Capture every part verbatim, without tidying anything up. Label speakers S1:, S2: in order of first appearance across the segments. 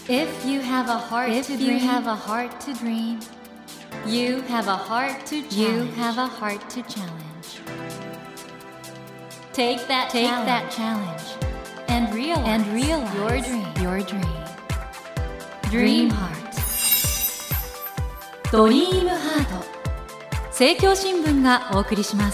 S1: If you have a heart to dream, you have a heart to dream. You have a heart to challenge. You have a heart to challenge. Take that take challenge. that challenge and realize, and realize your dream. Your dream. Dream Heart. ドリームハート。政教新聞がお送りします。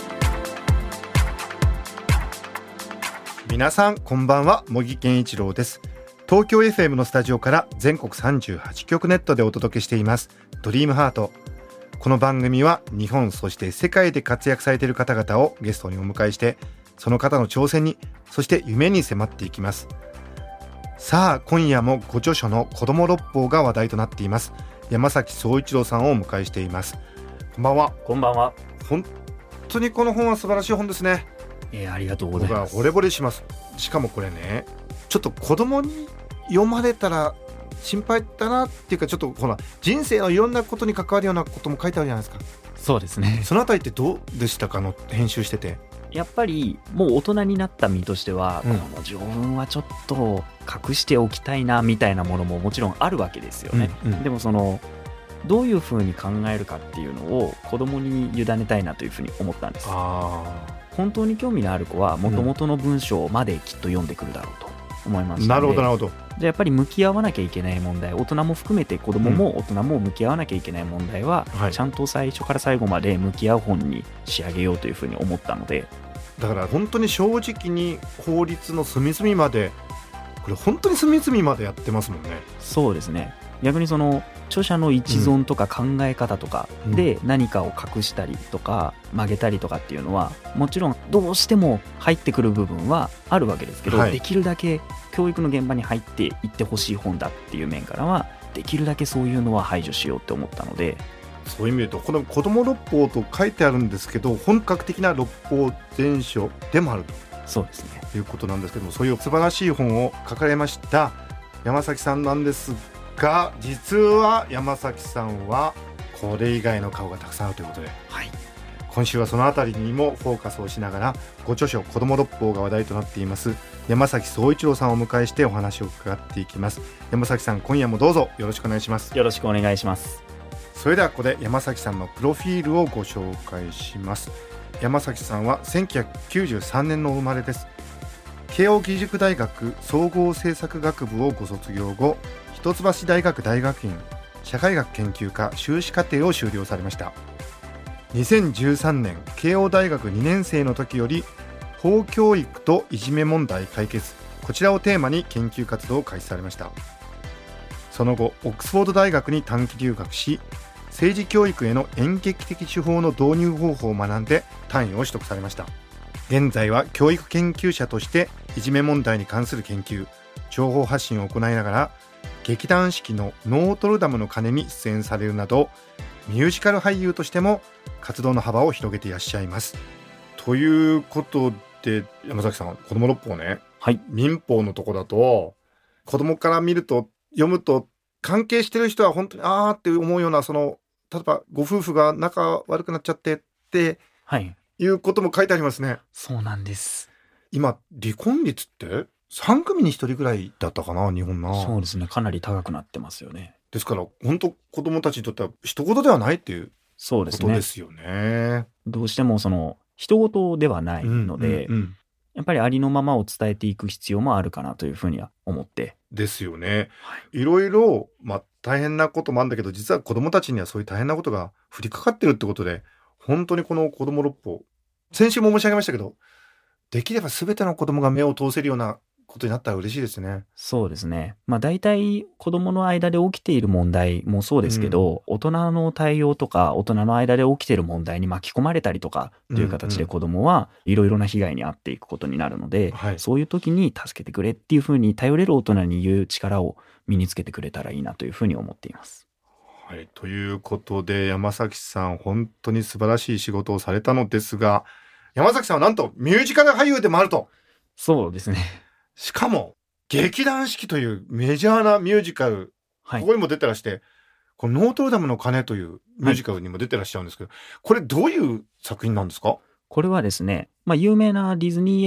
S2: 皆さんこんばんは、茂木健一郎です。東京 エフエム のスタジオから全国さんじゅうはちきょくネットでお届けしていますドリームハート。この番組は日本そして世界で活躍されている方々をゲストにお迎えして、その方の挑戦にそして夢に迫っていきます。さあ今夜もご著書の子ども六法が話題となっています山崎総一郎さんをお迎えしています。こんばんは。
S3: こんばんは。
S2: 本当にこの本は素晴らしい本ですね。
S3: えー、ありがとうございます。
S2: 僕は惚れ惚れします。しかもこれね、ちょっと子供に読まれたら心配だなっていうか、ちょっとほら人生のいろんなことに関わるようなことも書いてあるじゃないですか。
S3: そうですね。
S2: そのあたりってどうでしたか、の編集してて。
S3: やっぱりもう大人になった身としては、うん、この条文はちょっと隠しておきたいなみたいなものももちろんあるわけですよね、うんうん、でもそのどういうふうに考えるかっていうのを子供に委ねたいなというふうに思ったんです。
S2: あ、
S3: 本当に興味のある子は元々の文章まできっと読んでくるだろうと思いますので、うん、
S2: なるほどなるほど。
S3: じゃあやっぱり向き合わなきゃいけない問題、大人も含めて子供も大人も向き合わなきゃいけない問題は、うん、ちゃんと最初から最後まで向き合う本に仕上げようというふうに思ったので、
S2: だから本当に正直に法律の隅々まで、これ本当に隅々までやってますもんね。
S3: そうですね。逆にその著者の一存とか考え方とかで何かを隠したりとか曲げたりとかっていうのはもちろんどうしても入ってくる部分はあるわけですけど、はい、できるだけ教育の現場に入っていってほしい本だっていう面からはできるだけそういうのは排除しようって思ったので、
S2: そういう意味で言うとこの子ども六法と書いてあるんですけど、本格的な六法全書でもあると。
S3: そうですね。
S2: いうことなんですけども、そういう素晴らしい本を書かれました山崎さんなんですが、実は山崎さんはこれ以外の顔がたくさんあるということで、
S3: はい、
S2: 今週はそのあたりにもフォーカスをしながらご著書子ども六法が話題となっています山崎総一郎さんをお迎えしてお話を伺っていきます。山崎さん、今夜もどうぞよろしくお願いします。
S3: よろしくお願いします。
S2: それではここで山崎さんのプロフィールをご紹介します。山崎さんはせんきゅうひゃくきゅうじゅうさんねんのお生まれです。慶應義塾大学総合政策学部をご卒業後、一橋大学大学院社会学研究科修士課程を修了されました。にせんじゅうさんねん慶應大学にねん生の時より法教育といじめ問題解決、こちらをテーマに研究活動を開始されました。その後オックスフォード大学に短期留学し、政治教育への演劇的手法の導入方法を学んで単位を取得されました。現在は教育研究者としていじめ問題に関する研究、情報発信を行いながら劇団四季のノートルダムの鐘に出演されるなど、ミュージカル俳優としても活動の幅を広げていらっしゃいます。ということで山崎さん、子ども六法ね、
S3: はい、
S2: 民法のとこだと子供から見ると読むと関係してる人は本当にあーって思うような、その例えばご夫婦が仲悪くなっちゃってっていうことも書いてありますね。
S3: そうなんです。
S2: 今離婚率ってさん組にひとりぐらいだったかな、日本な。
S3: そうですね、かなり高くなってますよね。
S2: ですから本当子供たちにとっては一言ではないっていうことですよね。
S3: どうしてもその一言ではないので、うんうんうん、やっぱりありのままを伝えていく必要もあるかなというふうには思って
S2: ですよね、はい、いろいろ、まあ、大変なこともあるんだけど、実は子供たちにはそういう大変なことが降りかかってるってことで、本当にこの子供六法、先週も申し上げましたけど、できれば全ての子供が目を通せるようなことになったら嬉しいですね。
S3: そうですね。まあ大体子供の間で起きている問題もそうですけど、うん、大人の対応とか大人の間で起きている問題に巻き込まれたりとかという形で子供はいろいろな被害に遭っていくことになるので、うんうん、そういう時に助けてくれっていうふうに頼れる大人に言う力を身につけてくれたらいいなというふうに思っています。
S2: はい、ということで山崎さん本当に素晴らしい仕事をされたのですが、山崎さんはなんとミュージカル俳優でもあると。
S3: そうですね。
S2: しかも劇団四季というメジャーなミュージカル、はい、ここにも出てらして、このノートルダムの鐘というミュージカルにも出てらっしゃるんですけど、はい、これどういう作品なんですか？
S3: これはですね、まあ、有名なディズニー映画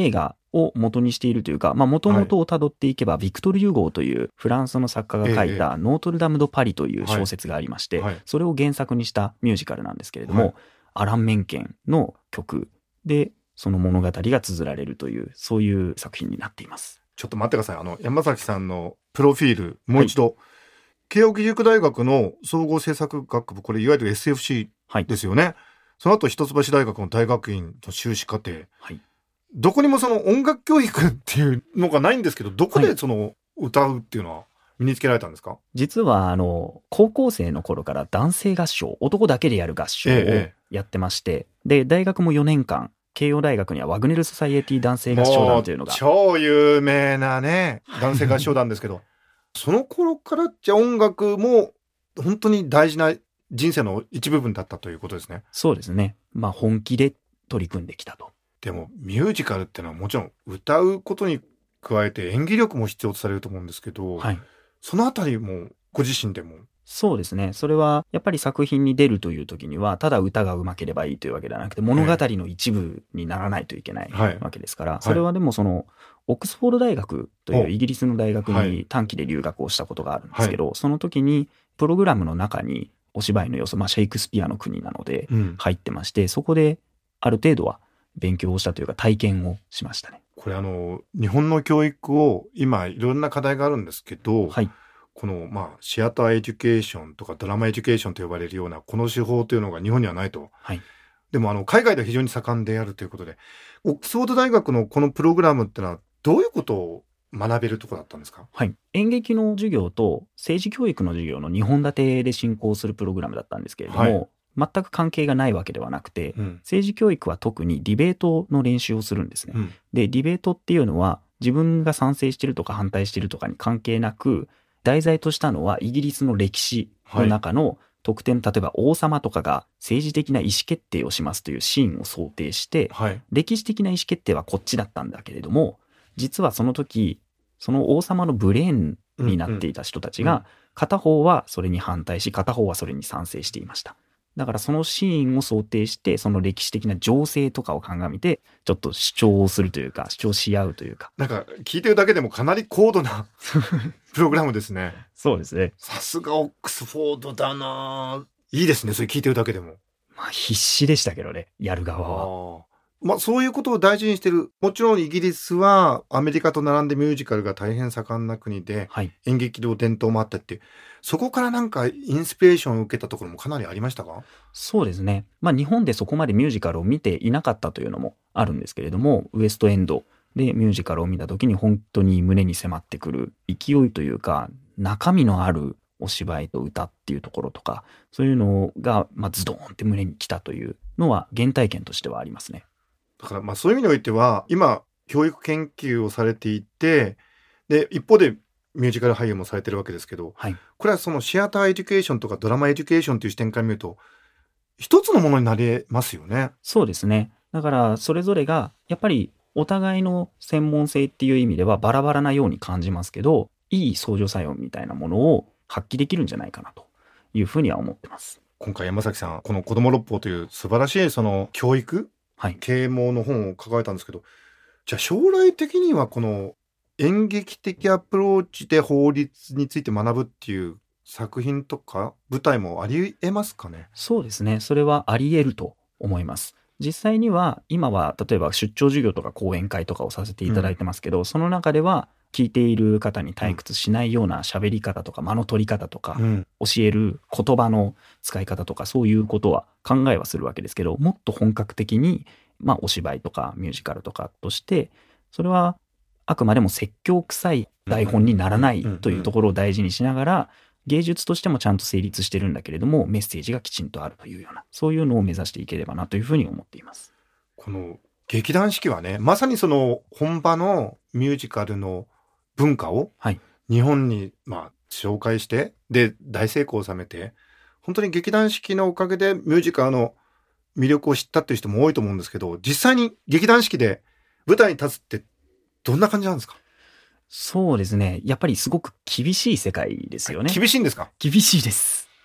S3: を元にしているというか、まあ元々をたどっていけば、ビクトル・ユゴーというフランスの作家が書いたノートルダム・ド・パリという小説がありまして、それを原作にしたミュージカルなんですけれども、アラン・メンケンの曲でその物語が綴られるという、そういう作品になっています。
S2: ちょっと待ってください。あの山崎さんのプロフィールもう一度、はい、慶應義塾大学の総合制作学部、これいわゆる エスエフシー ですよね、はい、その後一橋大学の大学院の修士課程、はい、どこにもその音楽教育っていうのがないんですけど、どこでその歌うっていうのは身につけられたんですか？
S3: 実はあの高校生の頃から男性合唱、男だけでやる合唱をやってまして、ええ、で大学もよねんかん慶応大学にはワグネル・ソサイエティ男性合唱団というのが
S2: 超有名なね男性合唱団ですけどその頃からじゃ音楽も本当に大事な人生の一部分だったということですね。
S3: そうですね。まあ本気で取り組んできたと。
S2: でもミュージカルってのはもちろん歌うことに加えて演技力も必要とされると思うんですけど、はい、そのあたりもご自身でも。
S3: そうですね。それはやっぱり作品に出るという時にはただ歌が上手ければいいというわけではなくて、物語の一部にならないといけないわけですから、はい、それはでもそのオックスフォード大学というイギリスの大学に短期で留学をしたことがあるんですけど、はい、その時にプログラムの中にお芝居の要素、まあ、シェイクスピアの国なので入ってまして、うん、そこである程度は勉強をしたというか体験をしましたね。
S2: これあの日本の教育を今いろんな課題があるんですけど、はい、このまあシアターエデュケーションとかドラマエデュケーションと呼ばれるようなこの手法というのが日本にはないと、はい、でもあの海外では非常に盛んであるということで、オックスフォード大学のこのプログラムってのはどういうことを学べるところだったんですか？
S3: はい、演劇の授業と政治教育の授業のにほん立てで進行するプログラムだったんですけれども、はい、全く関係がないわけではなくて、うん、政治教育は特にディベートの練習をするんですね、うん、でディベートっていうのは自分が賛成してるとか反対してるとかに関係なく、題材としたのはイギリスの歴史の中の特典、はい、例えば王様とかが政治的な意思決定をしますというシーンを想定して、はい、歴史的な意思決定はこっちだったんだけれども、実はその時その王様のブレーンになっていた人たちが片方はそれに反対し片方はそれに賛成していました。だからそのシーンを想定してその歴史的な情勢とかを鑑みてちょっと主張をするというか主張し合うというか、
S2: なんか聞いてるだけでもかなり高度なプログラムですね。
S3: そうですね。
S2: さすがオックスフォードだな。いいですね、それ聞いてるだけでも。
S3: まあ必死でしたけどね、やる側は。
S2: まあそういうことを大事にしてる。もちろんイギリスはアメリカと並んでミュージカルが大変盛んな国で、はい、演劇の伝統もあったっていう、そこからなんかインスピレーションを受けたところもかなりありましたか？
S3: そうですね。まあ日本でそこまでミュージカルを見ていなかったというのもあるんですけれども、ウエストエンドでミュージカルを見た時に本当に胸に迫ってくる勢いというか、中身のあるお芝居と歌っていうところとか、そういうのがまあズドーンって胸に来たというのは原体験としてはありますね。
S2: だからまあそういう意味においては今教育研究をされていて、で一方でミュージカル俳優もされてるわけですけど、はい、これはそのシアターエデュケーションとかドラマエデュケーションという視点から見ると一つのものになりますよね。
S3: そうですね。だからそれぞれがやっぱりお互いの専門性っていう意味ではバラバラなように感じますけど、いい相乗作用みたいなものを発揮できるんじゃないかなというふうには思ってます。
S2: 今回山崎さんこの子ども六法という素晴らしいその教育、はい、啓蒙の本を抱えたんですけど、じゃあ将来的にはこの演劇的アプローチで法律について学ぶっていう作品とか舞台もあり得ますかね？
S3: そうですね。それはあり得ると思います。実際には今は例えば出張授業とか講演会とかをさせていただいてますけど、うん、その中では聞いている方に退屈しないような喋り方とか間の取り方とか、うん、教える言葉の使い方とかそういうことは考えはするわけですけど、もっと本格的に、まあ、お芝居とかミュージカルとかとしてそれはあくまでも説教臭い台本にならないというところを大事にしながら、芸術としてもちゃんと成立してるんだけれどもメッセージがきちんとあるというような、そういうのを目指していければなというふうに思っています。
S2: この劇団四季はね、まさにその本場のミュージカルの文化を日本にまあ紹介して、で大成功を収めて、本当に劇団四季のおかげでミュージカルの魅力を知ったっていう人も多いと思うんですけど、実際に劇団四季で舞台に立つってどんな感じなんですか？
S3: そうですね。やっぱりすごく厳しい世界ですよね。
S2: 厳しいんですか？
S3: 厳しいです。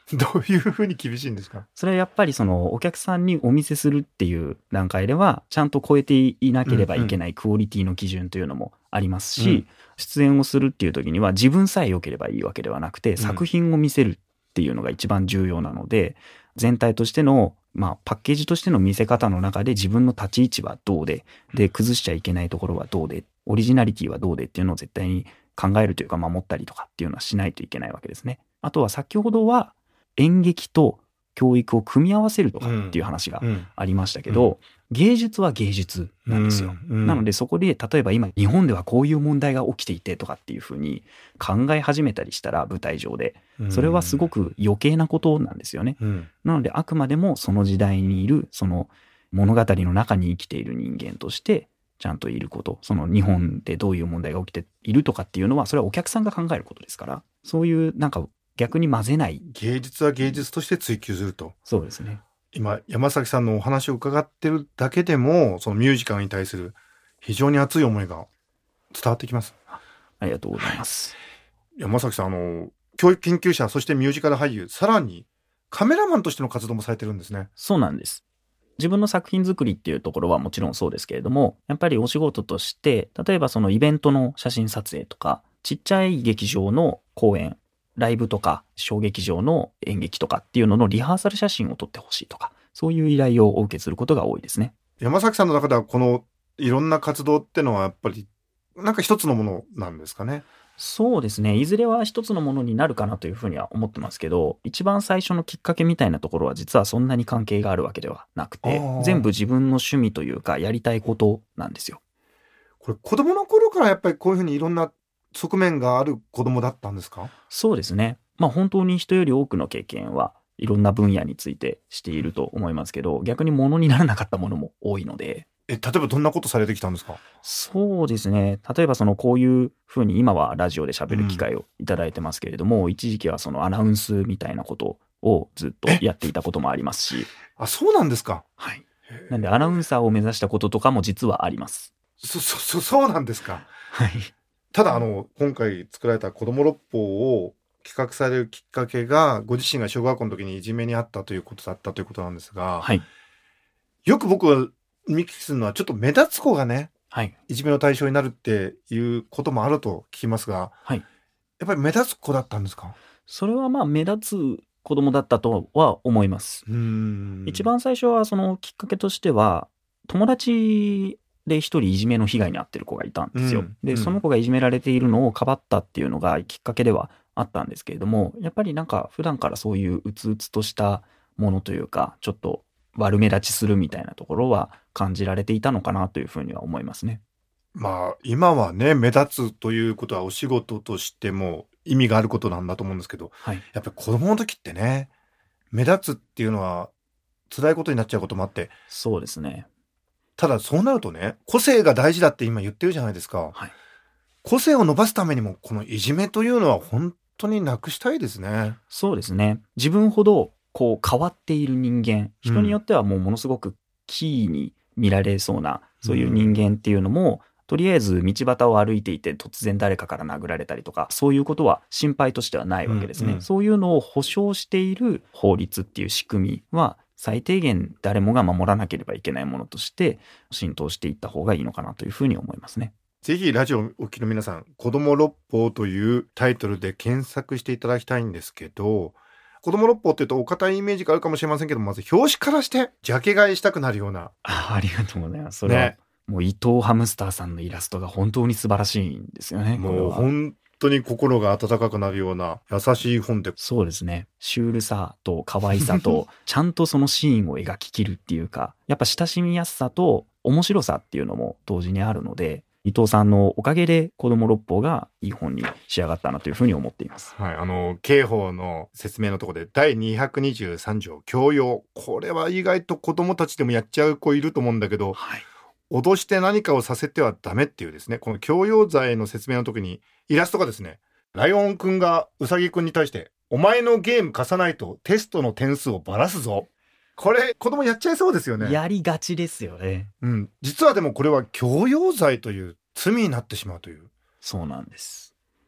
S2: どういうふうに厳しいんですか？
S3: それはやっぱりそのお客さんにお見せするっていう段階ではちゃんと超えていなければいけないクオリティの基準というのもありますし、うんうん、出演をするっていう時には自分さえ良ければいいわけではなくて、作品を見せるっていうのが一番重要なので、全体としてのまあパッケージとしての見せ方の中で自分の立ち位置はどうで、で崩しちゃいけないところはどうで、オリジナリティはどうでっていうのを絶対に考えるというか守ったりとかっていうのはしないといけないわけですね。あとは先ほどは演劇と教育を組み合わせるとかっていう話がありましたけど、うんうん、芸術は芸術なんですよ、うんうん、なのでそこで例えば今日本ではこういう問題が起きていてとかっていうふうに考え始めたりしたら舞台上でそれはすごく余計なことなんですよね、うん、なのであくまでもその時代にいるその物語の中に生きている人間としてちゃんといること、その日本でどういう問題が起きているとかっていうのはそれはお客さんが考えることですから、そういうなんか逆に混ぜない、
S2: 芸術は芸術として追求すると。
S3: そうですね。
S2: 今山崎さんのお話を伺ってるだけでもそのミュージカルに対する非常に熱い思いが伝わってきます。
S3: ありがとうございます、
S2: はい、山崎さん、あの教育研究者、そしてミュージカル俳優、さらにカメラマンとしての活動もされてるんですね。
S3: そうなんです。自分の作品作りっていうところはもちろんそうですけれども、やっぱりお仕事として例えばそのイベントの写真撮影とか、ちっちゃい劇場の公演、ライブとか小劇場の演劇とかっていうののリハーサル写真を撮ってほしいとか、そういう依頼をお受けすることが多いですね。
S2: 山崎さんの中ではこのいろんな活動ってのはやっぱりなんか一つのものなんですかね。
S3: そうですね。いずれは一つのものになるかなというふうには思ってますけど、一番最初のきっかけみたいなところは実はそんなに関係があるわけではなくて、全部自分の趣味というかやりたいことなんですよ。
S2: これ子供の頃からやっぱりこういうふうにいろんな側面がある子供だったんですか？
S3: そうですね。まあ本当に人より多くの経験はいろんな分野についてしていると思いますけど、逆にものにならなかったものも多いので。
S2: え、例えばどんなことされてきたんですか？
S3: そうですね。例えばそのこういうふうに今はラジオで喋る機会をいただいてますけれども、うん、一時期はそのアナウンスみたいなことをずっとやっていたこともありますし。
S2: あ、そうなんですか。
S3: はい。なんでアナウンサーを目指したこととかも実はあります。
S2: そ、そ、そ、そうなんですか。
S3: はい。
S2: ただあの今回作られた子ども六法を企画されるきっかけがご自身が小学校の時にいじめにあったということだったということなんですが、
S3: はい、
S2: よく僕が見聞きするのはちょっと目立つ子がね、
S3: はい、
S2: いじめの対象になるっていうこともあると聞きますが、
S3: はい、
S2: やっぱり目立つ子だったんですか？
S3: それはまあ目立つ子供だったとは思います。
S2: うーん、
S3: 一番最初はそのきっかけとしては友達で一人いじめの被害に遭ってる子がいたんですよ、うん、で、うん、その子がいじめられているのをかばったっていうのがきっかけではあったんですけれども、やっぱりなんか普段からそういううつうつとしたものというかちょっと悪目立ちするみたいなところは感じられていたのかなというふうには思いますね。
S2: まあ今はね、目立つということはお仕事としても意味があることなんだと思うんですけど、
S3: はい、
S2: やっぱり子供の時ってね、目立つっていうのは辛いことになっちゃうこともあって。
S3: そうですね。
S2: ただそうなるとね、個性が大事だって今言ってるじゃないですか、
S3: はい、
S2: 個性を伸ばすためにもこのいじめというのは本当になくしたいですね。
S3: そうですね。自分ほどこう変わっている人間、人によってはもうものすごくキーに見られそうな、うん、そういう人間っていうのも、とりあえず道端を歩いていて突然誰かから殴られたりとか、そういうことは心配としてはないわけですね、うんうん、そういうのを保障している法律っていう仕組みは最低限誰もが守らなければいけないものとして浸透していった方がいいのかなというふうに思いますね。
S2: ぜひラジオをお聞きの皆さん、子ども六法というタイトルで検索していただきたいんですけど、子ども六法っていうとお堅いイメージがあるかもしれませんけど、まず表紙からしてジャケ買いしたくなるような。
S3: あ, ありがとうございます。それは、ね、もう伊藤ハムスターさんのイラストが本当に素晴らしいんですよね。
S2: もう本当に心が温かくなるような優しい本で。
S3: そうですね。シュールさと可愛さとちゃんとそのシーンを描ききるっていうか、やっぱ親しみやすさと面白さっていうのも同時にあるので、伊藤さんのおかげで子ども六法がいい本に仕上がったなというふうに思っています。
S2: はい、あの刑法の説明のところでだいにひゃくにじゅうさん条強要、これは意外と子どもたちでもやっちゃう子いると思うんだけど、
S3: はい、
S2: 脅して何かをさせてはダメっていうですね、この強要罪の説明の時にイラストがですね、ライオンくんがウサギくんに対してお前のゲーム貸さないとテストの点数をばらすぞ。これ子供やっちゃいそうですよね。
S3: やりがちですよね。
S2: うん。実はでもこれは強要罪という罪になってしまうという。
S3: そうなんです。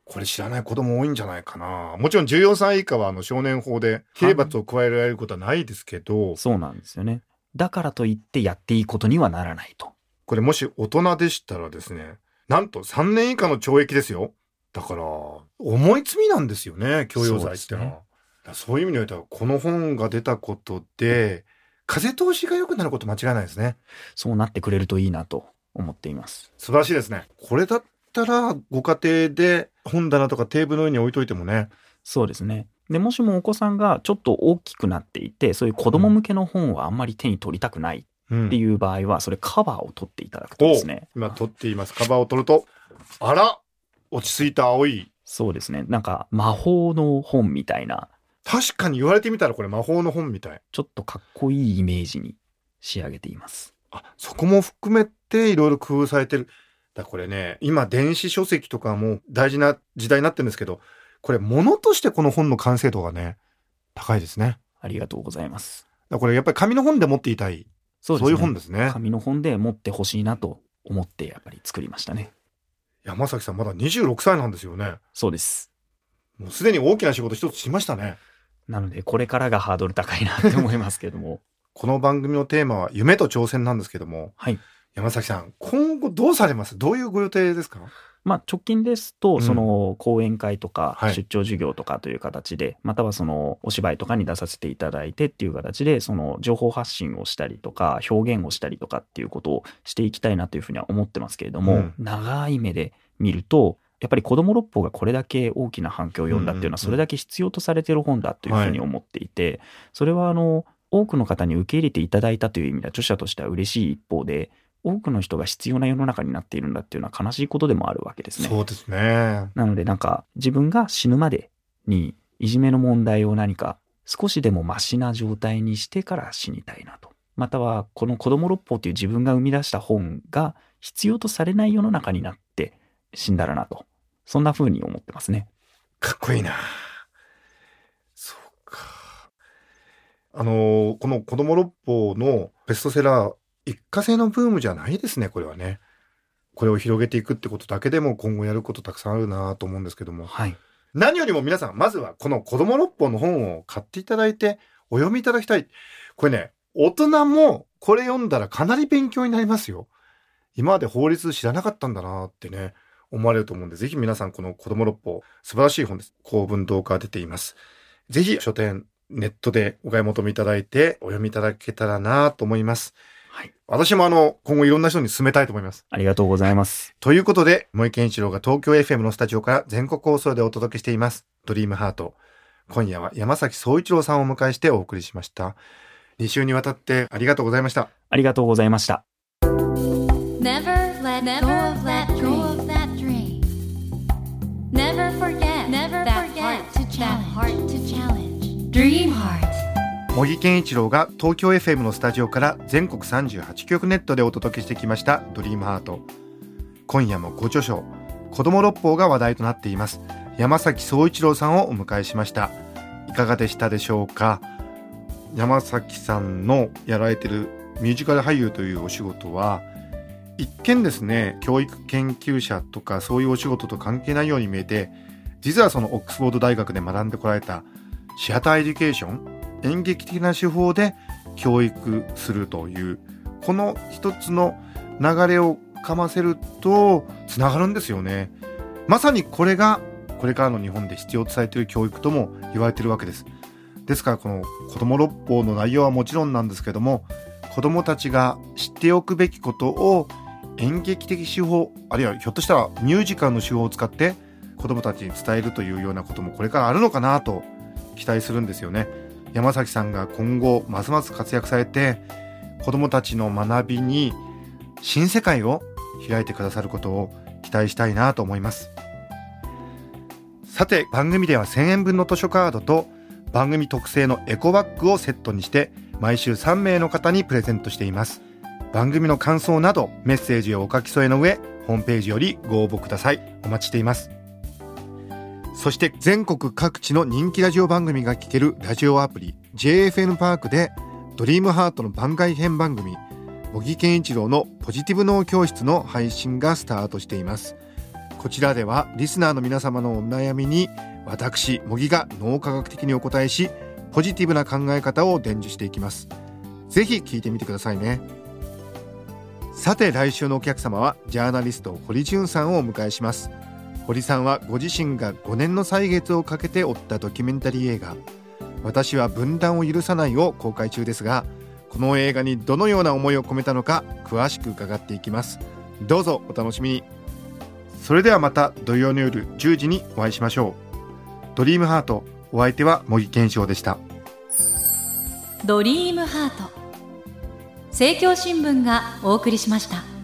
S2: これ知らない子供多いんじゃないかな。もちろんじゅうよんさい以下はあの少年法で刑罰を加えられることはないですけど、
S3: そうなんですよね。だからといってやっていいことにはならないと。
S2: これもし大人でしたらですね、なんとさんねん以下の懲役ですよ。だから重い罪なんですよね、強要罪ってのは。そうですね。だからそういう意味においてはこの本が出たことで風通しが良くなること間違いないですね。
S3: そうなってくれるといいなと思っています。
S2: 素晴らしいですね。これだったらご家庭で本棚とかテーブルの上に置いといてもね。
S3: そうですね。でもしもお子さんがちょっと大きくなっていて、そういう子供向けの本はあんまり手に取りたくないっていう場合は、それカバーを取っていただくとですね。
S2: 今取っています。カバーを取ると、あら、落ち着いた青い。
S3: そうですね。なんか魔法の本みたいな。
S2: 確かに言われてみたらこれ魔法の本みたい。
S3: ちょっとかっこいいイメージに仕上げています。
S2: あ、そこも含めていろいろ工夫されてる。だこれね、今電子書籍とかも大事な時代になってるんですけど、これ物としてこの本の完成度がね、高いですね。
S3: ありがとうございます。
S2: だこれやっぱり紙の本で持っていたい。そうですね。そういう本ですね。
S3: 紙の本で持ってほしいなと思ってやっぱり作りましたね。
S2: 山崎さんまだにじゅうろくさいなんですよね。
S3: そうです。
S2: もうすでに大きな仕事一つしましたね。
S3: なのでこれからがハードル高いなって思いますけども。
S2: この番組のテーマは夢と挑戦なんですけども、
S3: はい、
S2: 山崎さん今後どうされます？どういうご予定ですか？
S3: まあ、直近ですとその講演会とか
S2: うん、
S3: 出張授業とかという形で、はい、またはそのお芝居とかに出させていただいてっていう形でその情報発信をしたりとか表現をしたりとかっていうことをしていきたいなというふうには思ってますけれども、うん、長い目で見るとやっぱり子ども六法がこれだけ大きな反響を呼んだっていうのはそれだけ必要とされている本だというふうに思っていて、はい、それはあの多くの方に受け入れていただいたという意味では著者としては嬉しい一方で、多くの人が必要な世の中になっているんだっていうのは悲しいことでもあるわけですね。
S2: そうですね。
S3: なのでなんか自分が死ぬまでにいじめの問題を何か少しでもマシな状態にしてから死にたいなと。またはこの子ども六法という自分が生み出した本が必要とされない世の中になって死んだらなと。そんな風に思ってますね。
S2: かっこいいな。そうか。あのこの子ども六法のベストセラー一過性のブームじゃないですね、これはね。これを広げていくってことだけでも今後やることたくさんあるなと思うんですけども、
S3: はい、
S2: 何よりも皆さんまずはこの子ども六法の本を買っていただいてお読みいただきたい。これね、大人もこれ読んだらかなり勉強になりますよ。今まで法律知らなかったんだなってね思われると思うんで、ぜひ皆さんこの子ども六法素晴らしい本です。公文同化出ています。ぜひ書店ネットでお買い求めいただいてお読みいただけたらなと思います。はい、私もあの今後いろんな人に勧めたいと思います。
S3: ありがとうございます。
S2: ということで、森健一郎が東京 エフエム のスタジオから全国放送でお届けしていますドリームハート。今夜は山崎総一郎さんをお迎えしてお送りしました。に週にわたってありがとうございました。
S3: ありがとうございました。
S1: Never let go of that dream. Never forget that heart to challenge. Dream Heart。
S2: 茂木健一郎が東京 エフエム のスタジオから全国さんじゅうはちきょくネットでお届けしてきましたドリームハート。今夜もご著書子ども六法が話題となっています山崎総一郎さんをお迎えしました。いかがでしたでしょうか。山崎さんのやられているミュージカル俳優というお仕事は一見ですね、教育研究者とかそういうお仕事と関係ないように見えて、実はそのオックスフォード大学で学んでこられたシアターエデュケーション、演劇的な手法で教育するというこの一つの流れをかませるとつながるんですよね。まさにこれがこれからの日本で必要とされている教育とも言われているわけです。ですからこの子ども六法の内容はもちろんなんですけども、子どもたちが知っておくべきことを演劇的手法、あるいはひょっとしたらミュージカルの手法を使って子どもたちに伝えるというようなこともこれからあるのかなと期待するんですよね。山崎さんが今後ますます活躍されて子どもたちの学びに新世界を開いてくださることを期待したいなと思います。さて番組ではせんえんぶんの図書カードと番組特製のエコバッグをセットにして毎週さんめいの方にプレゼントしています。番組の感想などメッセージをお書き添えの上ホームページよりご応募ください。お待ちしています。そして全国各地の人気ラジオ番組が聴けるラジオアプリ ジェイエフエヌ パークでドリームハートの番外編番組茂木健一郎のポジティブ脳教室の配信がスタートしています。ここちらではリスナーの皆様のお悩みに私茂木が脳科学的にお答えし、ポジティブな考え方を伝授していきます。ぜひ聞いてみてくださいね。さて来週のお客様はジャーナリスト堀潤さんをお迎えします。堀さんはご自身がごねんの歳月をかけて追ったドキュメンタリー映画私は分断を許さないを公開中ですが、この映画にどのような思いを込めたのか詳しく伺っていきます。どうぞお楽しみに。それではまた土曜の夜じゅうじにお会いしましょう。ドリームハート、お相手は茂木健翔でした。
S1: ドリームハート、政教新聞がお送りしました。